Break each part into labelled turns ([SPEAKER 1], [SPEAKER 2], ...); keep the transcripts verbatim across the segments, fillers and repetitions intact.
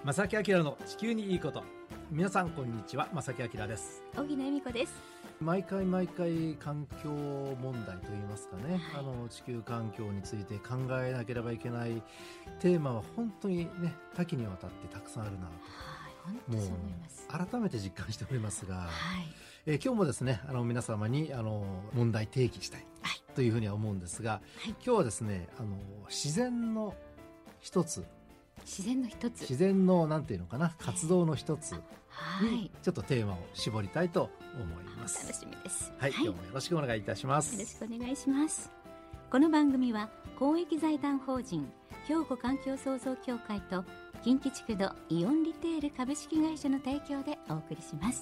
[SPEAKER 1] 正木明の地球にいいこと。皆さんこんにちは、正木明です。
[SPEAKER 2] 小木恵美子です。
[SPEAKER 1] 毎回毎回環境問題といいますかね、
[SPEAKER 2] はい、
[SPEAKER 1] あの地球環境について考えなければいけないテーマは本当にね、多岐にわたってたくさんあるなと、
[SPEAKER 2] はい、本当そう思います。
[SPEAKER 1] 改めて実感しておりますが、
[SPEAKER 2] はい、
[SPEAKER 1] えー、今日もですね、あの皆様にあの問題提起したいというふうには思うんですが、はい、今日はですね、あの自然の一つ
[SPEAKER 2] 自然の一つ
[SPEAKER 1] 自然のなんていうのかな、活動の一つにちょっとテーマを絞りたいと思います。
[SPEAKER 2] 楽しみです。
[SPEAKER 1] はい、はい、今日もよろしくお願いいたします。
[SPEAKER 2] よろしくお願いします。この番組は公益財団法人兵庫環境創造協会と近畿地区のイオンリテール株式会社の提供でお送りします。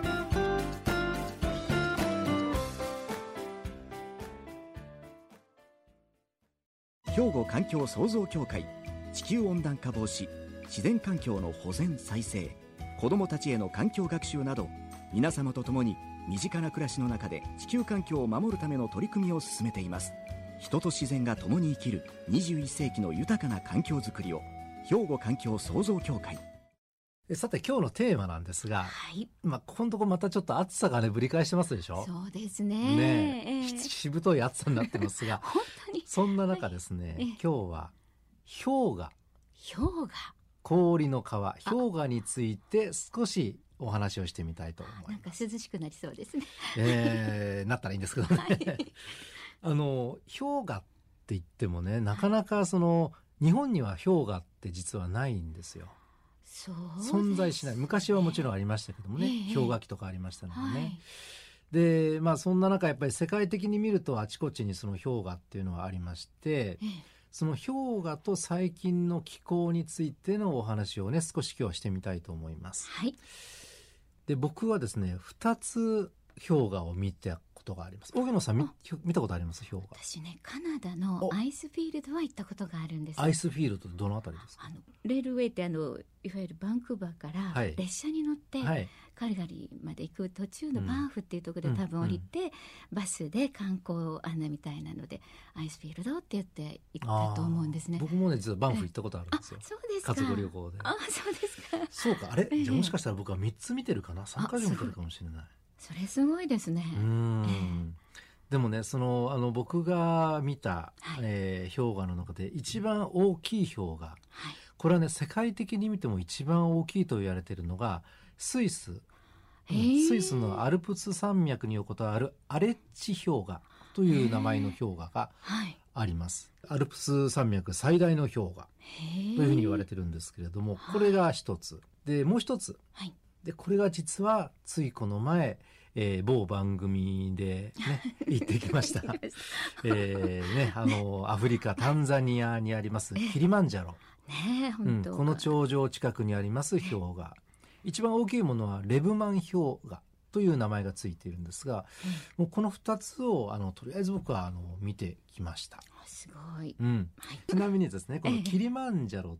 [SPEAKER 3] 兵庫環境創造協会、地球温暖化防止、自然環境の保全再生、子どもたちへの環境学習など、皆様と共に身近な暮らしの中で地球環境を守るための取り組みを進めています。人と自然が共に生きるにじゅういっ世紀の豊かな環境づくりを、兵庫環境創造協会。
[SPEAKER 1] さて今日のテーマなんですが、
[SPEAKER 2] はい、
[SPEAKER 1] まあ、ここのところまたちょっと暑さがねぶり返してますでしょ。
[SPEAKER 2] そうですね、
[SPEAKER 1] ねえ、
[SPEAKER 2] えー、
[SPEAKER 1] しぶとい暑さになってますが
[SPEAKER 2] 本当に
[SPEAKER 1] そんな中ですね、はい、今日は氷河
[SPEAKER 2] 氷河
[SPEAKER 1] 氷の川、氷河について少しお話をしてみたいと思います。
[SPEAKER 2] なんか涼しくなりそうですね、
[SPEAKER 1] えー、なったらいいんですけどね、はい、あの氷河って言ってもね、なかなかその日本には氷河って実はないんですよ。
[SPEAKER 2] そう
[SPEAKER 1] 存在しない。昔はもちろんありましたけどもね、えー、氷河期とかありましたのでね、はい、でまあそんな中やっぱり世界的に見るとあちこちにその氷河っていうのはありまして、えーその氷河と最近の気候についてのお話をね、少し今日はしてみたいと思います。
[SPEAKER 2] はい。
[SPEAKER 1] で、僕はですね、二つ氷河を見たことがあります。荻野さん 見, 見たことあります？氷河。
[SPEAKER 2] 私ね、カナダのアイスフィールドは行ったことがあるんです。
[SPEAKER 1] アイスフィールドってどのあたりですか？
[SPEAKER 2] あのレールウェイってあのいわゆるバンクーバーから列車に乗って、はい、カルガリーまで行く途中のバンフっていうところで多分降りて、うんうん、バスで観光案内みたいなのでアイスフィールドって言って行ったと思うんですね。
[SPEAKER 1] 僕もね実はバンフ行ったことあるんですよ。
[SPEAKER 2] あ、そうですか。
[SPEAKER 1] 活動旅行で。
[SPEAKER 2] あ、そうですか。
[SPEAKER 1] そうか、あれ、じゃあもしかしたら僕はみっつ見てるかな、さんかい見てるかもしれない。
[SPEAKER 2] それすごいですね。
[SPEAKER 1] うーん、えーでもね、そのあの僕が見た、はい、えー、氷河の中で一番大きい氷河、はい、これはね世界的に見ても一番大きいと言われているのがスイス、スイスのアルプス山脈に横たわるアレッチ氷河という名前の氷河があります。アルプス山脈最大の氷河というふうに言われてるんですけれども、これが一つで、もう一つ、はい、でこれが実はついこの前えー、某番組で、ね、行ってきました、えーね、あのアフリカタンザニアにありますキリマンジャロ、
[SPEAKER 2] ね、本当、
[SPEAKER 1] うん、この頂上近くにあります氷河、一番大きいものはレブマン氷河という名前がついているんですが、うん、もうこのふたつをあのとりあえず僕はあの見てきました。
[SPEAKER 2] すごい、
[SPEAKER 1] うんはい、ちなみにですね、このキリマンジャロって、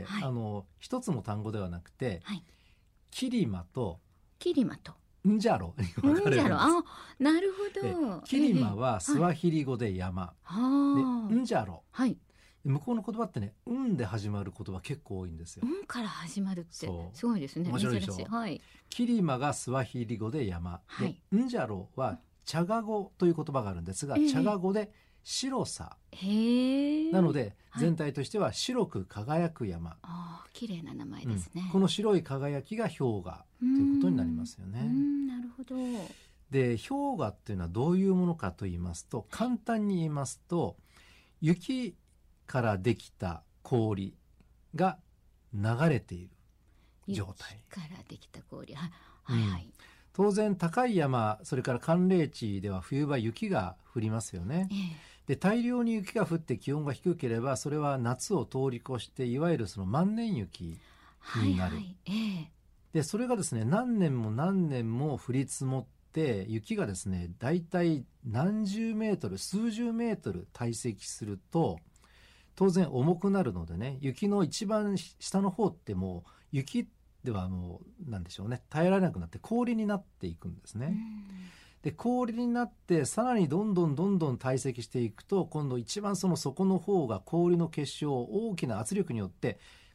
[SPEAKER 1] えー、あの一つの単語ではなくて、はい、キリマと
[SPEAKER 2] キリマと
[SPEAKER 1] ンジャロに分かれるんです。
[SPEAKER 2] あ、なるほど。
[SPEAKER 1] キリマはスワヒリ語で山、はい、でンジャロ、はい、向こうの言葉ってね、うんで始まる言葉結構多いんですよ。
[SPEAKER 2] うんから始まるってすごいですね。
[SPEAKER 1] 面白いでしょ。はい、キリマがスワヒリ語で山、はい、でンジャロはチャガ語という言葉があるんですが、チャガ語で白さ、へなので全体としては白く輝く山、
[SPEAKER 2] あ、綺麗な名前ですね、
[SPEAKER 1] うん、この白い輝きが氷河ということになりますよね。
[SPEAKER 2] うん、なるほど。
[SPEAKER 1] で、氷河っていうのはどういうものかと言いますと、簡単に言いますと、雪からできた氷が流れている状態。
[SPEAKER 2] 雪からできた氷、はいはいはい、うん、
[SPEAKER 1] 当然高い山、それから寒冷地では冬場雪が降りますよね、ええ、で大量に雪が降って気温が低ければそれは夏を通り越していわゆるその万年雪になる、はいはい、ええ、でそれがですね何年も何年も降り積もって雪がですねだいたい何十メートル数十メートル堆積すると当然重くなるのでね、雪の一番下の方ってもう雪ではもうなんでしょうね、耐えられなくなって氷になっていくんですね。で氷になってさらにどんどんどんどん堆積していくと今度一番その底の方が氷の結晶を大きな圧力によって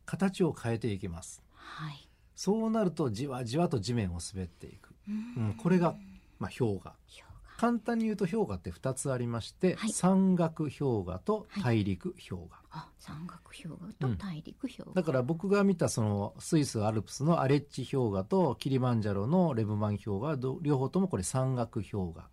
[SPEAKER 1] 形を変えていきます、はい、そうなるとじわじわと地面を滑っていく、うん、これが、まあ、氷河。簡単に言うと氷河ってふたつありまして、はい、山岳氷河と大陸氷河、はい、
[SPEAKER 2] あ、山岳氷河と大陸氷河、
[SPEAKER 1] うん、だから僕が見たそのスイスアルプスのアレッチ氷河とキリマンジャロのレブマン氷河は両方ともこれ山岳氷河、はい、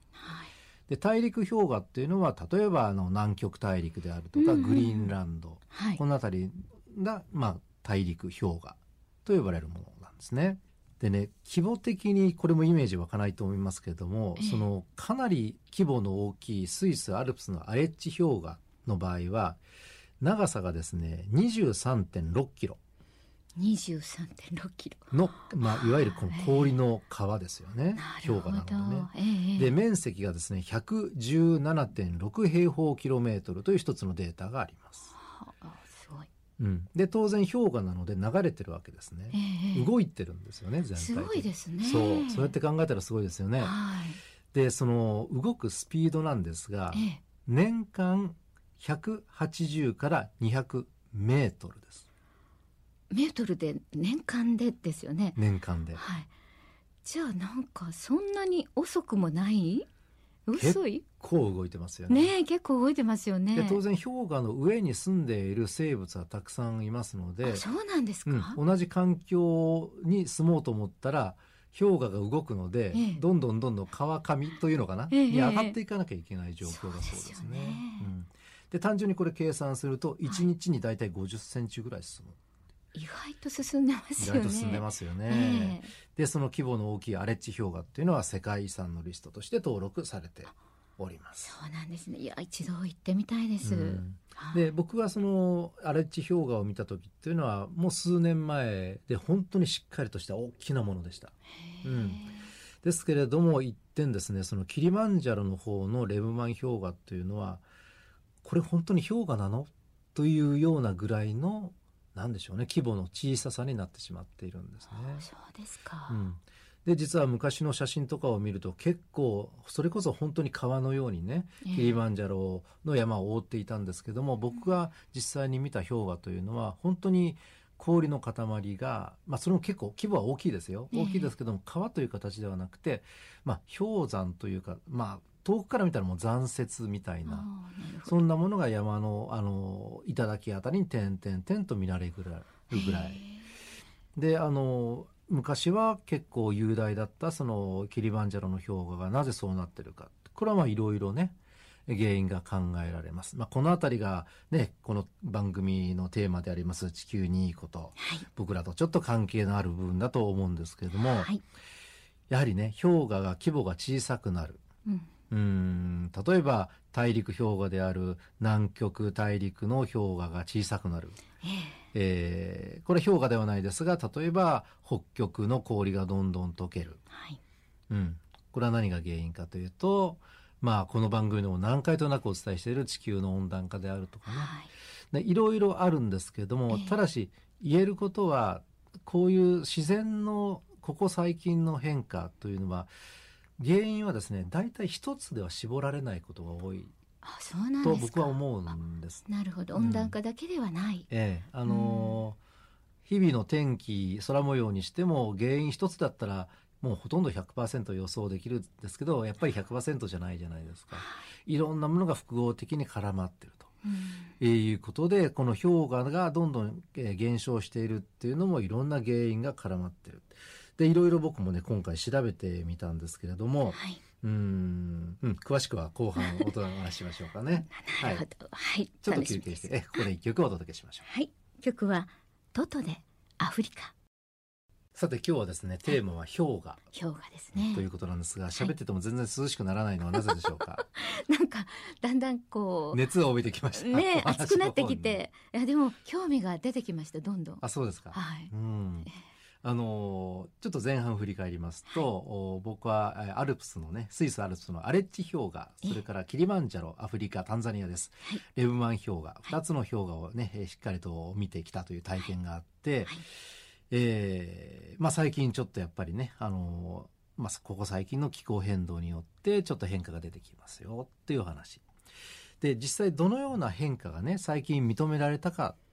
[SPEAKER 1] で大陸氷河っていうのは例えばあの南極大陸であるとか、うんうん、グリーンランド、はい、この辺りが、まあ、大陸氷河と呼ばれるものなんですね。でね、規模的にこれもイメージ湧かないと思いますけれども、ええ、そのかなり規模の大きいスイスアルプスのアレッチ氷河の場合は長さがですね にじゅうさんてんろっキロ
[SPEAKER 2] にじゅうさんてんろっキロ
[SPEAKER 1] の、まあ、いわゆるこの氷の川ですよね、えー、氷河なのでね、えー、で面積がですね ひゃくじゅうななてんろく平方キロメートルという一つのデータがあります。うん、で当然氷河なので流れてるわけですね、えー、動いてるんですよね全体的に。
[SPEAKER 2] すごいですね。
[SPEAKER 1] そうそうやって考えたらすごいですよね、はい、でその動くスピードなんですが、えー、年間ひゃくはちじゅうからにひゃくメートルです。
[SPEAKER 2] メートルで年間でですよね。
[SPEAKER 1] 年間で、
[SPEAKER 2] はい、じゃあなんかそんなに遅くもない？遅い？
[SPEAKER 1] 結構動いてますよね。
[SPEAKER 2] ね、結構動いてますよね。
[SPEAKER 1] で当然氷河の上に住んでいる生物はたくさんいますので。
[SPEAKER 2] あ、そうなんですか、
[SPEAKER 1] うん、同じ環境に住もうと思ったら氷河が動くので、ええ、どんどんどんどん川上というのかな、ええ、に上がっていかなきゃいけない状況だそうですね。そうですよね、うん、で単純にこれ計算するといちにちにだいたいごじゅっセンチぐらい進む、
[SPEAKER 2] 意外と進んでますよね。
[SPEAKER 1] 意外と進んでますよね、えー、でその規模の大きいアレッチ氷河っていうのは世界遺産のリストとして登録されております。
[SPEAKER 2] そうなんですね。いや一度行ってみたいです、うん、
[SPEAKER 1] で僕がそのアレッチ氷河を見た時っていうのはもう数年前で本当にしっかりとした大きなものでした、うん、ですけれども一点ですね、そのキリマンジャロの方のレブマン氷河っていうのはこれ本当に氷河なのというようなぐらいのなんでしょうね、規模の小ささになってしまっているんですね。
[SPEAKER 2] そうですか、
[SPEAKER 1] うん、で実は昔の写真とかを見ると結構それこそ本当に川のようにね、えー、キリマンジャロの山を覆っていたんですけども、僕が実際に見た氷河というのは本当に氷の塊が、まあ、それも結構規模は大きいですよ、大きいですけども、えー、川という形ではなくて、まあ、氷山というか、まあ遠くから見たらもう残雪みたいな、そんなものが山のあの頂あたりに点々点と見られるぐらいぐらいで、あの昔は結構雄大だったそのキリマンジャロの氷河がなぜそうなってるか、これはまあいろいろね原因が考えられます、まあ、このあたりがねこの番組のテーマであります地球にいいこと、はい、僕らとちょっと関係のある部分だと思うんですけれども、はい、やはりね氷河が規模が小さくなる、うんうーん例えば大陸氷河である南極大陸の氷河が小さくなる、えー、これ氷河ではないですが、例えば北極の氷がどんどん溶ける、はいうん、これは何が原因かというと、まあ、この番組でも何回となくお伝えしている地球の温暖化であるとかね、はい、でいろいろあるんですけども、ただし言えることはこういう自然のここ最近の変化というのは原因はですね、大体一つでは絞られないことが多いと僕は思うんです。
[SPEAKER 2] なるほど、温暖化だけではない、うん
[SPEAKER 1] ええあのー、日々の天気空模様にしても原因一つだったらもうほとんど ひゃくパーセント 予想できるんですけど、やっぱり ひゃくパーセント じゃないじゃないですか。いろんなものが複合的に絡まっていると、うん、いうことでこの氷河がどんどん減少しているっていうのもいろんな原因が絡まっている。でいろいろ僕もね今回調べてみたんですけれども、はい、うーん、うん、詳しくは後半お話ししましょうかね
[SPEAKER 2] なるほど、はい、
[SPEAKER 1] ちょっと休憩してえここで一曲お届けしましょう。
[SPEAKER 2] はい、曲はトトでアフリカ。
[SPEAKER 1] さて今日はですねテーマは氷河、
[SPEAKER 2] 氷河ですね
[SPEAKER 1] ということなんですが、喋ってても全然涼しくならないのはなぜでしょうか
[SPEAKER 2] なんかだんだんこう
[SPEAKER 1] 熱を帯びてきました
[SPEAKER 2] ね、熱くなってきて、いやでも興味が出てきました、どんどん。
[SPEAKER 1] あ、そうですか、
[SPEAKER 2] はい、
[SPEAKER 1] うんあのちょっと前半振り返りますと、はい、僕はアルプスのねスイスアルプスのアレッチ氷河、それからキリマンジャロアフリカタンザニアです、はい、レブマン氷河、ふたつの氷河をねしっかりと見てきたという体験があって、はいはいえーまあ、最近ちょっとやっぱりね、あのまあ、ここ最近の気候変動によってちょっと変化が出てきますよっていう話で、実際どのような変化がね最近認められたか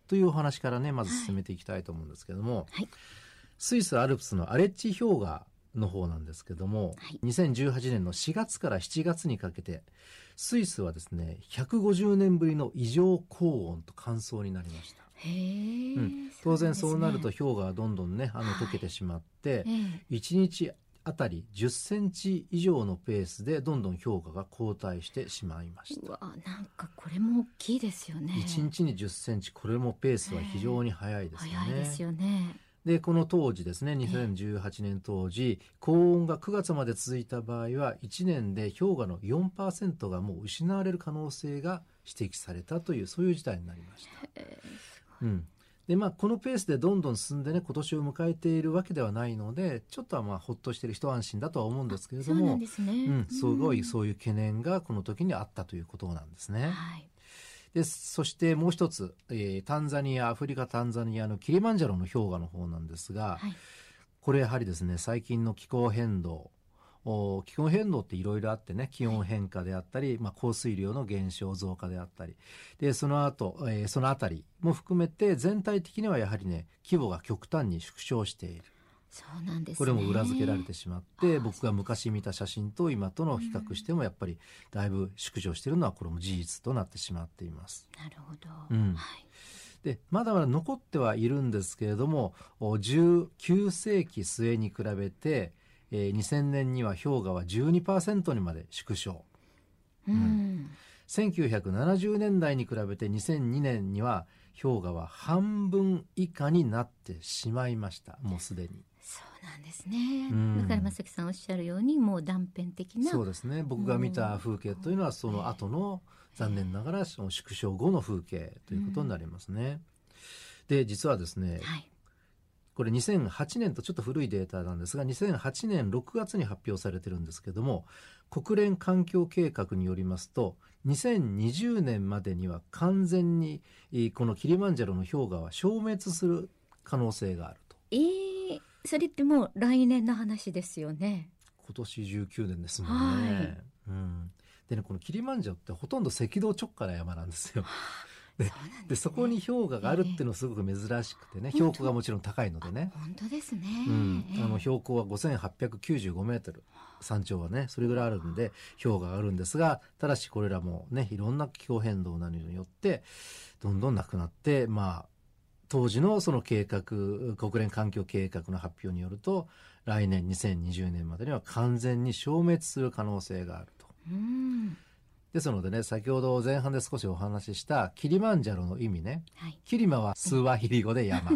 [SPEAKER 1] というお話からねまず進めていきたいと思うんですけども、
[SPEAKER 2] はい、
[SPEAKER 1] スイスアルプスのアレッチ氷河の方なんですけども、はい、にせんじゅうはちねんのしがつからしちがつにかけてスイスはですねひゃくごじゅうねんぶりの異常高温と乾燥になりました。
[SPEAKER 2] へー、
[SPEAKER 1] うん、当然そうなると氷河がどんどんねあの溶けてしまって、はい、いちにちあたりじゅっセンチ以上のペースでどんどん氷河が後退してしまいました。
[SPEAKER 2] うわ、なんかこれも大きいですよね。
[SPEAKER 1] いちにちにじゅっセンチ、これもペースは非常に速いですよね。
[SPEAKER 2] 速いですよね。
[SPEAKER 1] でこの当時ですねにせんじゅうはちねん当時高温がくがつまで続いた場合はいちねんで氷河の よんパーセント がもう失われる可能性が指摘されたというそういう事態になりました。
[SPEAKER 2] え
[SPEAKER 1] ーうんでまあ、このペースでどんどん進んでね今年を迎えているわけではないのでちょっとはまあほっとしている一安心だとは思うんですけれども、
[SPEAKER 2] そうなんですね、
[SPEAKER 1] うん、すごいそういう懸念がこの時にあったということなんですね。
[SPEAKER 2] はい、
[SPEAKER 1] でそしてもう一つ、えー、タンザニアアフリカタンザニアのキリマンジャロの氷河の方なんですが、はい、これやはりですね最近の気候変動気候変動っていろいろあってね気温変化であったり、はい、まあ、降水量の減少増加であったりでその後、えー、そのあたりも含めて全体的にはやはりね規模が極端に縮小している。
[SPEAKER 2] そうなんですね、
[SPEAKER 1] これも裏付けられてしまって僕が昔見た写真と今との比較してもやっぱりだいぶ縮小しているのはこれも事実となってしまっています。
[SPEAKER 2] なるほど、
[SPEAKER 1] うん
[SPEAKER 2] はい、
[SPEAKER 1] でまだまだ残ってはいるんですけれどもじゅうきゅうせいき末に比べてえー、にせんねんには氷河は じゅうにパーセント にまで縮小、
[SPEAKER 2] うんうん、
[SPEAKER 1] せんきゅうひゃくななじゅうねんだいに比べてにせんにねんには氷河は半分以下になってしまいました。もうすでに
[SPEAKER 2] そうなんですね、うん、だから正木さんおっしゃるようにもう断片的な
[SPEAKER 1] そうですね僕が見た風景というのはその後の、えー、残念ながらその縮小後の風景ということになりますね、うん、で実はですね、はい、これにせんはちねんとちょっと古いデータなんですがにせんはちねんろくがつに発表されてるんですけども国連環境計画によりますとにせんにじゅうねんまでには完全にこのキリマンジャロの氷河は消滅する可能性があると。
[SPEAKER 2] えー、それってもう来年の話ですよね。
[SPEAKER 1] 今年じゅうきゅうねんですもんね、はいうん、でねこのキリマンジャロってほとんど赤道直下の山なんですよ。で そ, で、ね、でそこに氷河があるっていうのはすごく珍しくてね、えー、標高がもちろん高いのでね
[SPEAKER 2] 本当ですね、
[SPEAKER 1] うんえー、あの標高はごせんはっぴゃくきゅうじゅうごメートル山頂はねそれぐらいあるんで氷河があるんですがただしこれらもねいろんな気候変動などによってどんどんなくなってまあ当時のその計画国連環境計画の発表によると来年にせんにじゅうねんまでには完全に消滅する可能性があると。
[SPEAKER 2] うん
[SPEAKER 1] ですのでね先ほど前半で少しお話ししたキリマンジャロの意味ね、
[SPEAKER 2] はい、
[SPEAKER 1] キリマはスワヒリ語で山、はい、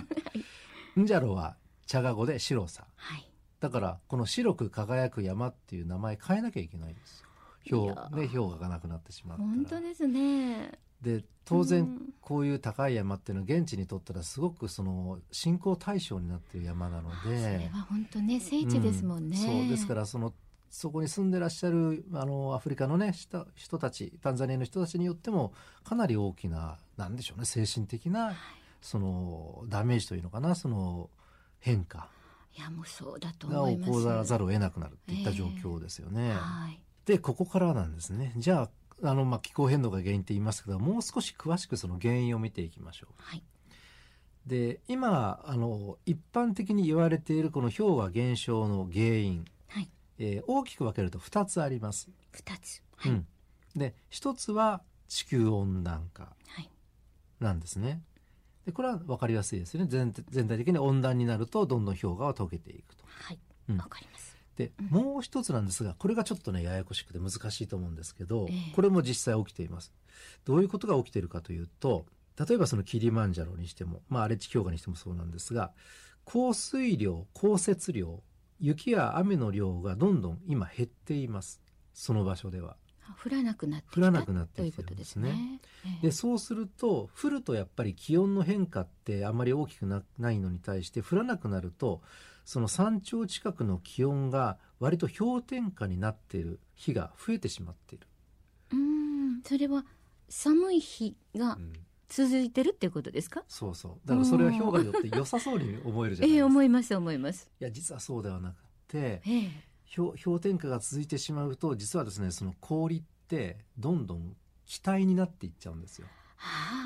[SPEAKER 1] ンジャロはチャガ語で白さ、
[SPEAKER 2] はい、
[SPEAKER 1] だからこの白く輝く山っていう名前変えなきゃいけないんですよ。氷ね、氷河がなくなってしまったら。
[SPEAKER 2] 本当ですね。
[SPEAKER 1] で当然こういう高い山っていうのは現地にとったらすごくその信仰対象になっている山なのでそ
[SPEAKER 2] れは本当ね聖地ですもんね、
[SPEAKER 1] うん、そうですからそのそこに住んでらっしゃるあのアフリカのね人たちタンザニアの人たちによってもかなり大きななんでしょうね精神的なそのダメージというのかなその変化
[SPEAKER 2] いやもうそうだと思います
[SPEAKER 1] が起こざるを得なくなるっていった状況ですよね、
[SPEAKER 2] えーはい、
[SPEAKER 1] でここからなんですね。じゃああの、まあ、気候変動が原因って言いますけどもう少し詳しくその原因を見ていきましょう、
[SPEAKER 2] はい、
[SPEAKER 1] で今あの一般的に言われているこの氷河減少の原因、
[SPEAKER 2] はい
[SPEAKER 1] えー、大きく分けるとふたつあります。
[SPEAKER 2] ふたつ、はい
[SPEAKER 1] うん、でひとつは地球温暖化なんですね、はい、でこれは分かりやすいですよね。 全, 全体的に温暖になるとどんどん氷河は溶けていくと。
[SPEAKER 2] はい、
[SPEAKER 1] うん、
[SPEAKER 2] 分かります。
[SPEAKER 1] で、うん、もう一つなんですがこれがちょっとねややこしくて難しいと思うんですけど、
[SPEAKER 2] えー、
[SPEAKER 1] これも実際起きています。どういうことが起きているかというと例えばそのキリマンジャロにしても、まあ、アレッチ氷河にしてもそうなんですが降水量降雪量雪や雨の量がどんどん今減っています。その場所では
[SPEAKER 2] 降らなくなってきた
[SPEAKER 1] 降らなくなって
[SPEAKER 2] という
[SPEAKER 1] きてるん
[SPEAKER 2] ことですね。えー、
[SPEAKER 1] でそうすると降るとやっぱり気温の変化ってあまり大きく な, ないのに対して降らなくなるとその山頂近くの気温が割と氷点下になっている日が増えてしまっている。
[SPEAKER 2] うーんそれは寒い日が続いてるっていうことですか？うん、
[SPEAKER 1] そうそうだからそれは氷河によって良さそうに思えるじゃないですか。
[SPEAKER 2] えー、思います思います。
[SPEAKER 1] いや実はそうではなくて、
[SPEAKER 2] えー、
[SPEAKER 1] 氷, 氷点下が続いてしまうと実はですねその氷ってどんどん気体になっていっちゃうんですよ。
[SPEAKER 2] ああ、あの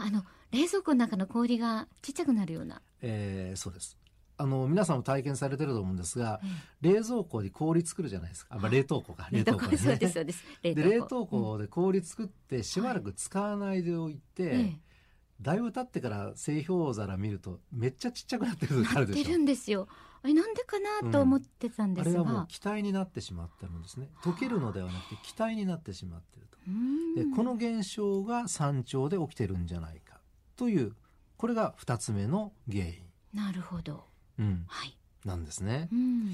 [SPEAKER 2] 冷蔵庫の中の氷がちっちゃくなるような、
[SPEAKER 1] えー、そうです。あの皆さんも体験されてると思うんですが、ええ、冷蔵庫で氷作るじゃないですか。あ、まあ、冷凍庫か。
[SPEAKER 2] 冷凍庫ですね。そうですそうです。
[SPEAKER 1] 冷凍庫で冷凍庫で氷作ってしばらく使わないでおいて、はい、だいぶ経ってから製氷皿見るとめっちゃちっちゃくなってる時あるでしょ。
[SPEAKER 2] なってるんですよ。あれなんでかなと思ってたんですが、
[SPEAKER 1] うん、あれはもう気体になってしまってるんですね。溶けるのではなくて気体になってしまっていると。でこの現象が山頂で起きてるんじゃないかという、これがふたつめの原因。
[SPEAKER 2] なるほど、
[SPEAKER 1] うん、
[SPEAKER 2] はい、
[SPEAKER 1] なんですね。
[SPEAKER 2] うん、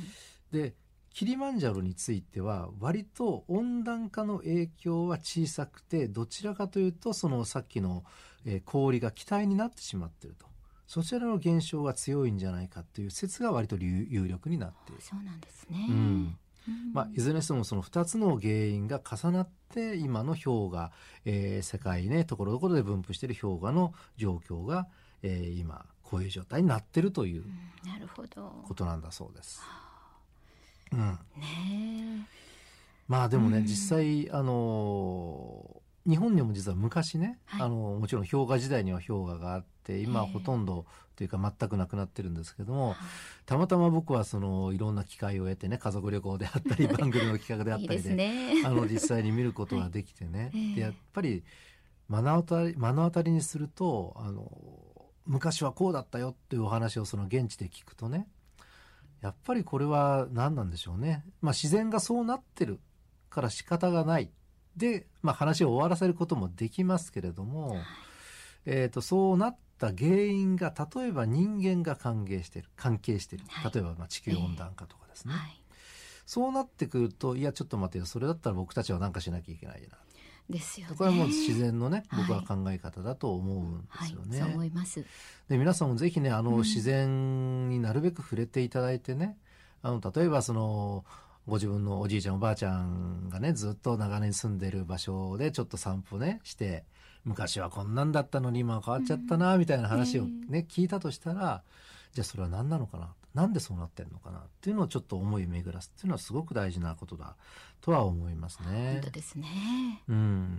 [SPEAKER 1] でキリマンジャロについては割と温暖化の影響は小さくて、どちらかというとそのさっきの、えー、氷が気体になってしまっていると、そちらの現象が強いんじゃないかという説が割と有力になっている。
[SPEAKER 2] そうなんですね、
[SPEAKER 1] うん、まあ、いずれにしてもそのふたつの原因が重なって今の氷河、えー、世界ねところどころで分布している氷河の状況が、えー、今こういう状態になっているということなんだそうです。うん、
[SPEAKER 2] ね、
[SPEAKER 1] まあでもね、うん、実際あの日本にも実は昔ね、はい、あのもちろん氷河時代には氷河があって今はほとんどというか全くなくなってるんですけども、たまたま僕はそのいろんな機会を得てね、家族旅行であったり番組の企画であったり で, いいで、ね、あの実際に見ることができてね、はい、でやっぱり目の当たり、目の当たりにすると、あの昔はこうだったよっていうお話をその現地で聞くとね、やっぱりこれは何なんでしょうね。まあ自然がそうなってるから仕方がないで、まあ、話を終わらせることもできますけれども、はい、えーと、そうなった原因が例えば人間が関係している関係している、はい、例えばまあ地球温暖化とかですね、えーはい、そうなってくると、いやちょっと待てよ、それだったら僕たちは何かしなきゃいけないな
[SPEAKER 2] ですよね。
[SPEAKER 1] これはもう自然のね、僕は考え方だと思うんですよね、
[SPEAKER 2] はいはい、そう思います。
[SPEAKER 1] で皆さんもぜひね、あの、うん、自然になるべく触れていただいてね、あの例えばそのご自分のおじいちゃんおばあちゃんがねずっと長年住んでる場所でちょっと散歩ねして昔はこんなんだったのに今は変わっちゃったなみたいな話をね、うん、聞いたとしたらじゃあそれは何なのかななんでそうなってるのかなっていうのをちょっと思い巡らすっていうのはすごく大事なことだとは思いますね。
[SPEAKER 2] 本当ですね、
[SPEAKER 1] うん、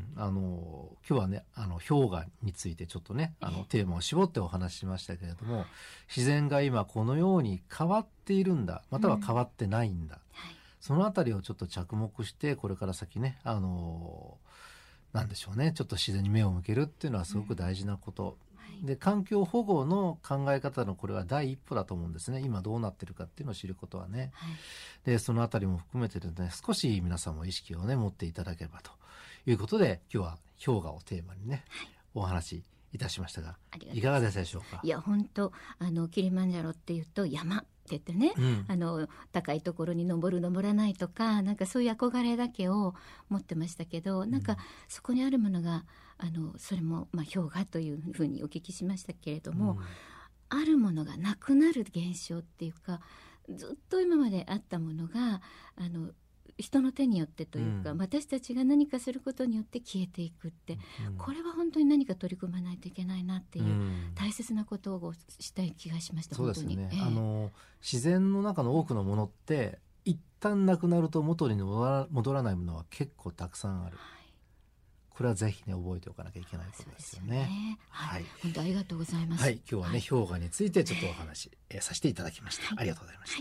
[SPEAKER 1] あの今日はねあの氷河についてちょっとねあのテーマを絞ってお話ししましたけれども、自然が今このように変わっているんだまたは変わってないんだ、うんはい、そのあたりをちょっと着目してこれから先ねあのなんでしょうねちょっと自然に目を向けるっていうのはすごく大事なこと、うん、で環境保護の考え方のこれは第一歩だと思うんですね。今どうなってるかっていうのを知ることはね、はい、でそのあたりも含めてですね少し皆さんも意識をね持っていただければということで今日は氷河をテーマにね、はい、お話いたしましたがいかがでしたでしょうか。
[SPEAKER 2] いや本当あのキリマンジャロっていうと山って言ってね、うん、あの高いところに登る登らないとかなんかそういう憧れだけを持ってましたけど、なんかそこにあるものがあのそれもまあ氷河というふうにお聞きしましたけれども、うん、あるものがなくなる現象っていうかずっと今まであったものがあの人の手によってというか、うん、私たちが何かすることによって消えていくって、うん、これは本当に何か取り組まないといけないなっていう、うん、大切なことをしたい気がしました。
[SPEAKER 1] そうですね、
[SPEAKER 2] 本当に、えー、
[SPEAKER 1] あの自然の中の多くのものって一旦なくなると元に戻ら、戻らないものは結構たくさんある、はい、これはぜひね覚えておかなきゃいけないことですよね。
[SPEAKER 2] そうですよね、はいはい、本当ありがとうございます、
[SPEAKER 1] はい、今日はね、はい、氷河についてちょっとお話、えー、させていただきました、はい、ありがとうございました、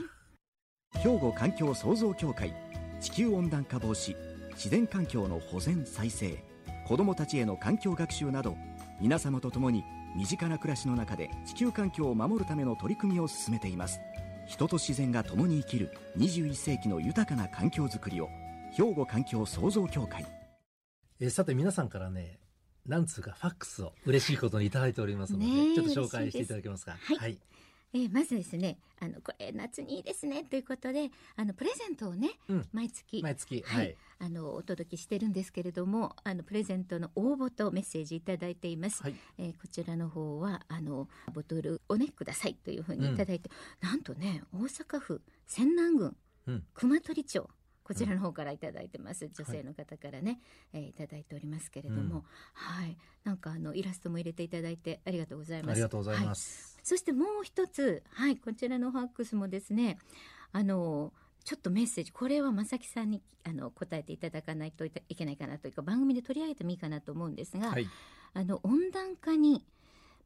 [SPEAKER 3] 兵庫環境創造協会地球温暖化防止自然環境の保全再生子どもたちへの環境学習など皆様と共に身近な暮らしの中で地球環境を守るための取り組みを進めています。人と自然が共に生きるにじゅういっ世紀の豊かな環境づくりを兵庫環境創造協会。
[SPEAKER 1] えー、さて皆さんからね何通かファックスを嬉しいことにいただいておりますので、ね、ちょっと紹介していただけますか。
[SPEAKER 2] はい、はい、えー、まずですねあのこれ夏にいいですねということであのプレゼントをね、うん、毎月
[SPEAKER 1] 毎月、
[SPEAKER 2] はいはい、あのお届けしてるんですけれどもあのプレゼントの応募とメッセージいただいています、はい、えー、こちらの方はあのボトルをねくださいというふうにいただいて、うん、なんとね大阪府泉南郡、うん、熊取町こちらの方からいただいてます、うん、女性の方からね、はい、えー、いただいておりますけれども、うん、はい、なんかあのイラストも入れていただいてありがとうございます。
[SPEAKER 1] ありがとうございます、
[SPEAKER 2] はい、そしてもう一つ、はい、こちらのファックスもですねあのちょっとメッセージこれは正木さんにあの答えていただかないといけないかなというか番組で取り上げてもいいかなと思うんですが、はい、あの温暖化に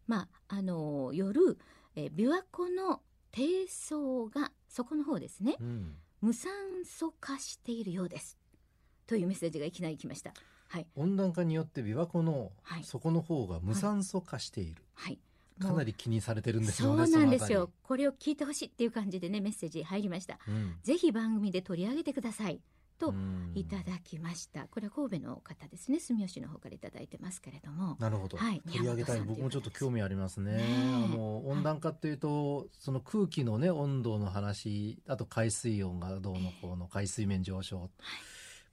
[SPEAKER 2] まあ、あの夜、えー、琵琶湖の低層がそこの方ですね、うん、無酸素化しているようですというメッセージがいきなり来ました。はい、
[SPEAKER 1] 温暖化によって琵琶湖の底の方が無酸素化している、はいはい、かなり気にされてるんですよね。
[SPEAKER 2] そうなんですよ。これを聞いてほしいっていう感じでねメッセージ入りました、うん、ぜひ番組で取り上げてくださいといただきました。これは神戸の方ですね、住吉の方からいただいてますけれども。
[SPEAKER 1] なるほど、はい、取り上げたい。僕もちょっと興味ありますね。あの温暖化っていうと、はい、その空気のね温度の話、あと海水温がどうのこうの、海水面上昇、はい、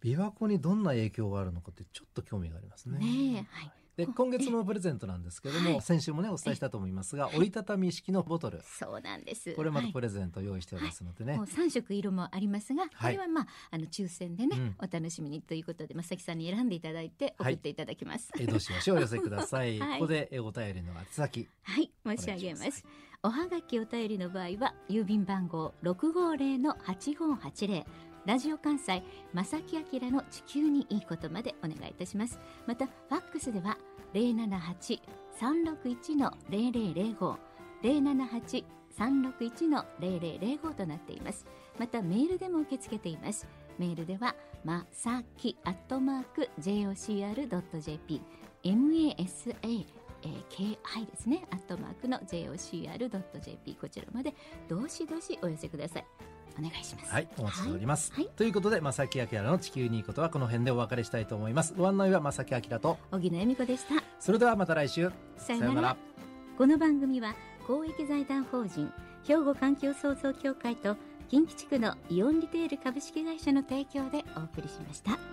[SPEAKER 1] 琵琶湖にどんな影響があるのかってちょっと興味がありますね。ね、はい、で今月のプレゼントなんですけども、先週もねお伝えしたと思いますが、折りたたみ式のボトル、
[SPEAKER 2] そうなんです。
[SPEAKER 1] これまたプレゼント用意しておりますのでね、はいはい、
[SPEAKER 2] もうさん色色もありますが、これはまあ、あの抽選でね、うん、お楽しみにということで正木さんに選んでいただいて送っていただきます、
[SPEAKER 1] はい、えどしどしお寄せください、はい、ここでお便りの宛先、
[SPEAKER 2] はい、申し上げます。おはがきお便りの場合は郵便番号 ろくごーぜろのはちごーはちぜろ、ラジオ関西正木明の地球にいいことまでお願いいたします。またファックスでは ゼロななはち さんろくいち ゼロゼロゼロご ゼロななはち さんろくいち ゼロゼロゼロご となっています。またメールでも受け付けています。メールではまさきアットマーク ジェイオーシーアールドットジェーピー エムエーエスエーえー、ケーアイ ですね、アットマークの ジェイオーシーアールドットジェーピー こちらまでどしどしお寄せください。お願いします。
[SPEAKER 1] はい、お待ちしております、はいはい、ということで正木明の地球にいいことはこの辺でお別れしたいと思います。ご案内は正木明と
[SPEAKER 2] 小木野恵美子でした。
[SPEAKER 1] それではまた来週、
[SPEAKER 2] さよなら。さよなら。この番組は公益財団法人兵庫環境創造協会と近畿地区のイオンリテール株式会社の提供でお送りしました。